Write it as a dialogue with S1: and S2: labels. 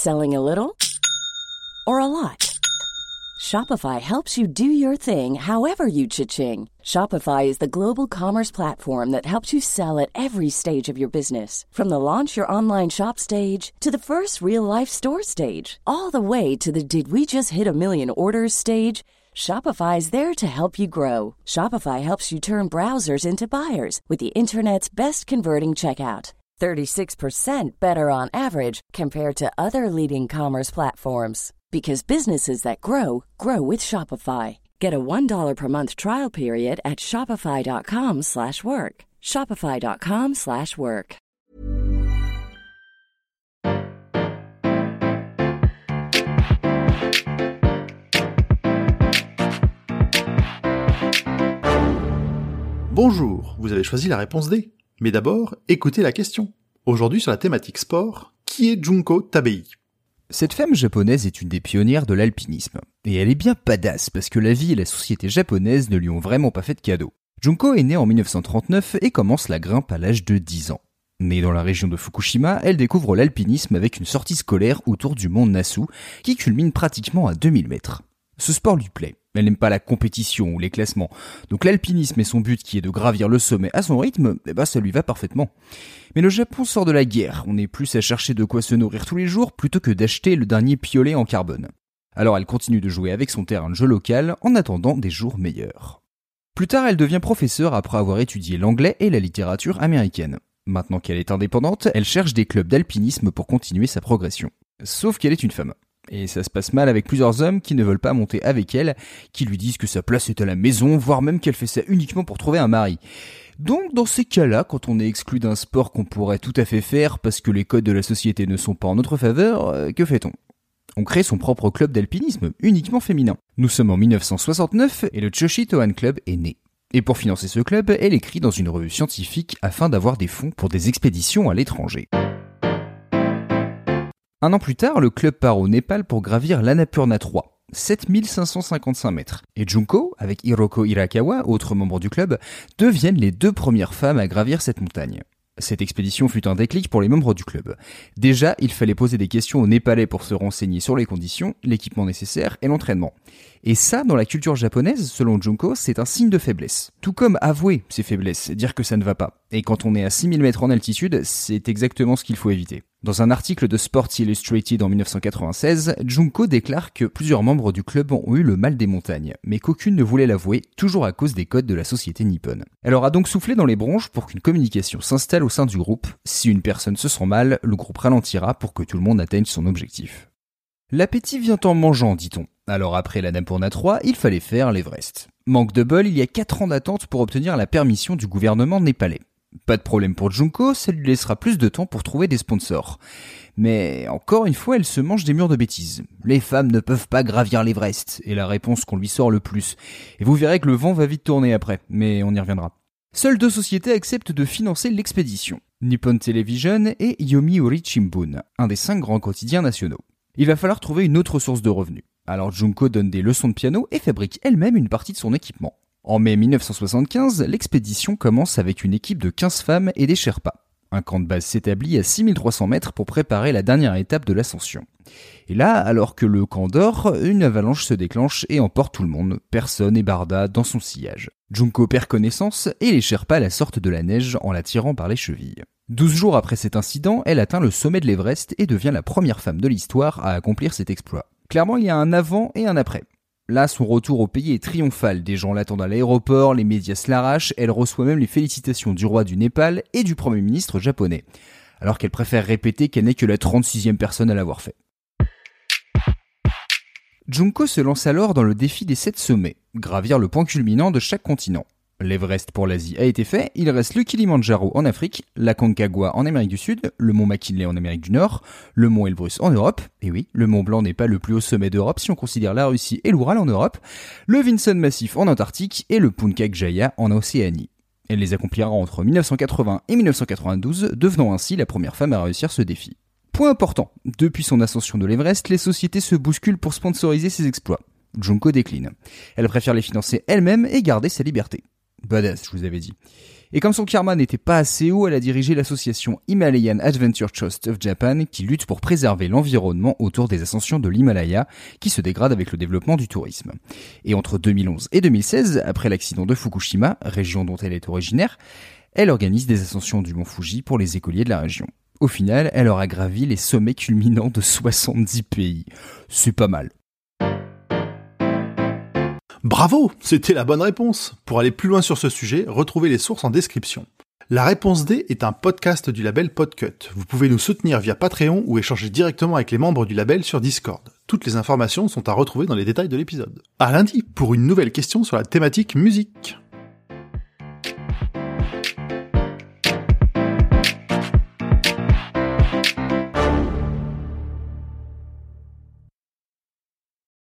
S1: Selling a little or a lot? Shopify helps you do your thing however you cha-ching. Shopify is the global commerce platform that helps you sell at every stage of your business. From the launch your online shop stage to the first real-life store stage, all the way to the did we just hit a million orders stage. Shopify is there to help you grow. Shopify helps you turn browsers into buyers with the internet's best converting checkout. 36% better on average compared to other leading commerce platforms. Because businesses that grow, grow with Shopify. Get a $1 per month trial period at shopify.com/work. Shopify.com/work.
S2: Bonjour, vous avez choisi la réponse D. Mais d'abord, écoutez la question. Aujourd'hui sur la thématique sport, qui est Junko Tabei ?
S3: Cette femme japonaise est une des pionnières de l'alpinisme. Et elle est bien badass parce que la vie et la société japonaise ne lui ont vraiment pas fait de cadeau. Junko est née en 1939 et commence la grimpe à l'âge de 10 ans. Née dans la région de Fukushima, elle découvre l'alpinisme avec une sortie scolaire autour du mont Nasu qui culmine pratiquement à 2000 mètres. Ce sport lui plaît. Elle n'aime pas la compétition ou les classements. Donc l'alpinisme et son but qui est de gravir le sommet à son rythme, ça lui va parfaitement. Mais le Japon sort de la guerre. On est plus à chercher de quoi se nourrir tous les jours plutôt que d'acheter le dernier piolet en carbone. Alors elle continue de jouer avec son terrain de jeu local en attendant des jours meilleurs. Plus tard, elle devient professeure après avoir étudié l'anglais et la littérature américaine. Maintenant qu'elle est indépendante, elle cherche des clubs d'alpinisme pour continuer sa progression. Sauf qu'elle est une femme. Et ça se passe mal avec plusieurs hommes qui ne veulent pas monter avec elle, qui lui disent que sa place est à la maison, voire même qu'elle fait ça uniquement pour trouver un mari. Donc dans ces cas-là, quand on est exclu d'un sport qu'on pourrait tout à fait faire parce que les codes de la société ne sont pas en notre faveur, que fait-on ? On crée son propre club d'alpinisme, uniquement féminin. Nous sommes en 1969 et le Choshi Tohan Club est né. Et pour financer ce club, elle écrit dans une revue scientifique afin d'avoir des fonds pour des expéditions à l'étranger. Un an plus tard, le club part au Népal pour gravir l'Annapurna 3, 7555 mètres. Et Junko, avec Hiroko Hirakawa, autre membre du club, deviennent les deux premières femmes à gravir cette montagne. Cette expédition fut un déclic pour les membres du club. Déjà, il fallait poser des questions aux Népalais pour se renseigner sur les conditions, l'équipement nécessaire et l'entraînement. Et ça, dans la culture japonaise, selon Junko, c'est un signe de faiblesse. Tout comme avouer ses faiblesses, dire que ça ne va pas. Et quand on est à 6000 mètres en altitude, c'est exactement ce qu'il faut éviter. Dans un article de Sports Illustrated en 1996, Junko déclare que plusieurs membres du club ont eu le mal des montagnes, mais qu'aucune ne voulait l'avouer, toujours à cause des codes de la société nippone. Elle aura donc soufflé dans les bronches pour qu'une communication s'installe au sein du groupe. Si une personne se sent mal, le groupe ralentira pour que tout le monde atteigne son objectif. L'appétit vient en mangeant, dit-on. Alors après l'Annapurna 3, il fallait faire l'Everest. Manque de bol, il y a 4 ans d'attente pour obtenir la permission du gouvernement népalais. Pas de problème pour Junko, ça lui laissera plus de temps pour trouver des sponsors. Mais encore une fois, elle se mange des murs de bêtises. Les femmes ne peuvent pas gravir l'Everest, est la réponse qu'on lui sort le plus. Et vous verrez que le vent va vite tourner après, mais on y reviendra. Seules 2 sociétés acceptent de financer l'expédition. Nippon Television et Yomiuri Shimbun, un des 5 grands quotidiens nationaux. Il va falloir trouver une autre source de revenus. Alors Junko donne des leçons de piano et fabrique elle-même une partie de son équipement. En mai 1975, l'expédition commence avec une équipe de 15 femmes et des Sherpas. Un camp de base s'établit à 6300 mètres pour préparer la dernière étape de l'ascension. Et là, alors que le camp dort, une avalanche se déclenche et emporte tout le monde, personne et Barda dans son sillage. Junko perd connaissance et les Sherpas la sortent de la neige en la tirant par les chevilles. 12 jours après cet incident, elle atteint le sommet de l'Everest et devient la première femme de l'histoire à accomplir cet exploit. Clairement, il y a un avant et un après. Là, son retour au pays est triomphal. Des gens l'attendent à l'aéroport, les médias se l'arrachent, elle reçoit même les félicitations du roi du Népal et du premier ministre japonais. Alors qu'elle préfère répéter qu'elle n'est que la 36e personne à l'avoir fait. Junko se lance alors dans le défi des 7 sommets, gravir le point culminant de chaque continent. L'Everest pour l'Asie a été fait, il reste le Kilimandjaro en Afrique, la Concagua en Amérique du Sud, le mont McKinley en Amérique du Nord, le mont Elbrus en Europe, et oui, le mont Blanc n'est pas le plus haut sommet d'Europe si on considère la Russie et l'Oural en Europe, le Vinson Massif en Antarctique et le Puncak Jaya en Océanie. Elle les accomplira entre 1980 et 1992, devenant ainsi la première femme à réussir ce défi. Point important, depuis son ascension de l'Everest, les sociétés se bousculent pour sponsoriser ses exploits. Junko décline. Elle préfère les financer elle-même et garder sa liberté. Badass, je vous avais dit. Et comme son karma n'était pas assez haut, elle a dirigé l'association Himalayan Adventure Trust of Japan qui lutte pour préserver l'environnement autour des ascensions de l'Himalaya qui se dégrade avec le développement du tourisme. Et entre 2011 et 2016, après l'accident de Fukushima, région dont elle est originaire, elle organise des ascensions du mont Fuji pour les écoliers de la région. Au final, elle aura gravi les sommets culminants de 70 pays. C'est pas mal.
S2: Bravo, c'était la bonne réponse. Pour aller plus loin sur ce sujet, retrouvez les sources en description. La réponse D est un podcast du label Podcut. Vous pouvez nous soutenir via Patreon ou échanger directement avec les membres du label sur Discord. Toutes les informations sont à retrouver dans les détails de l'épisode. À lundi pour une nouvelle question sur la thématique musique.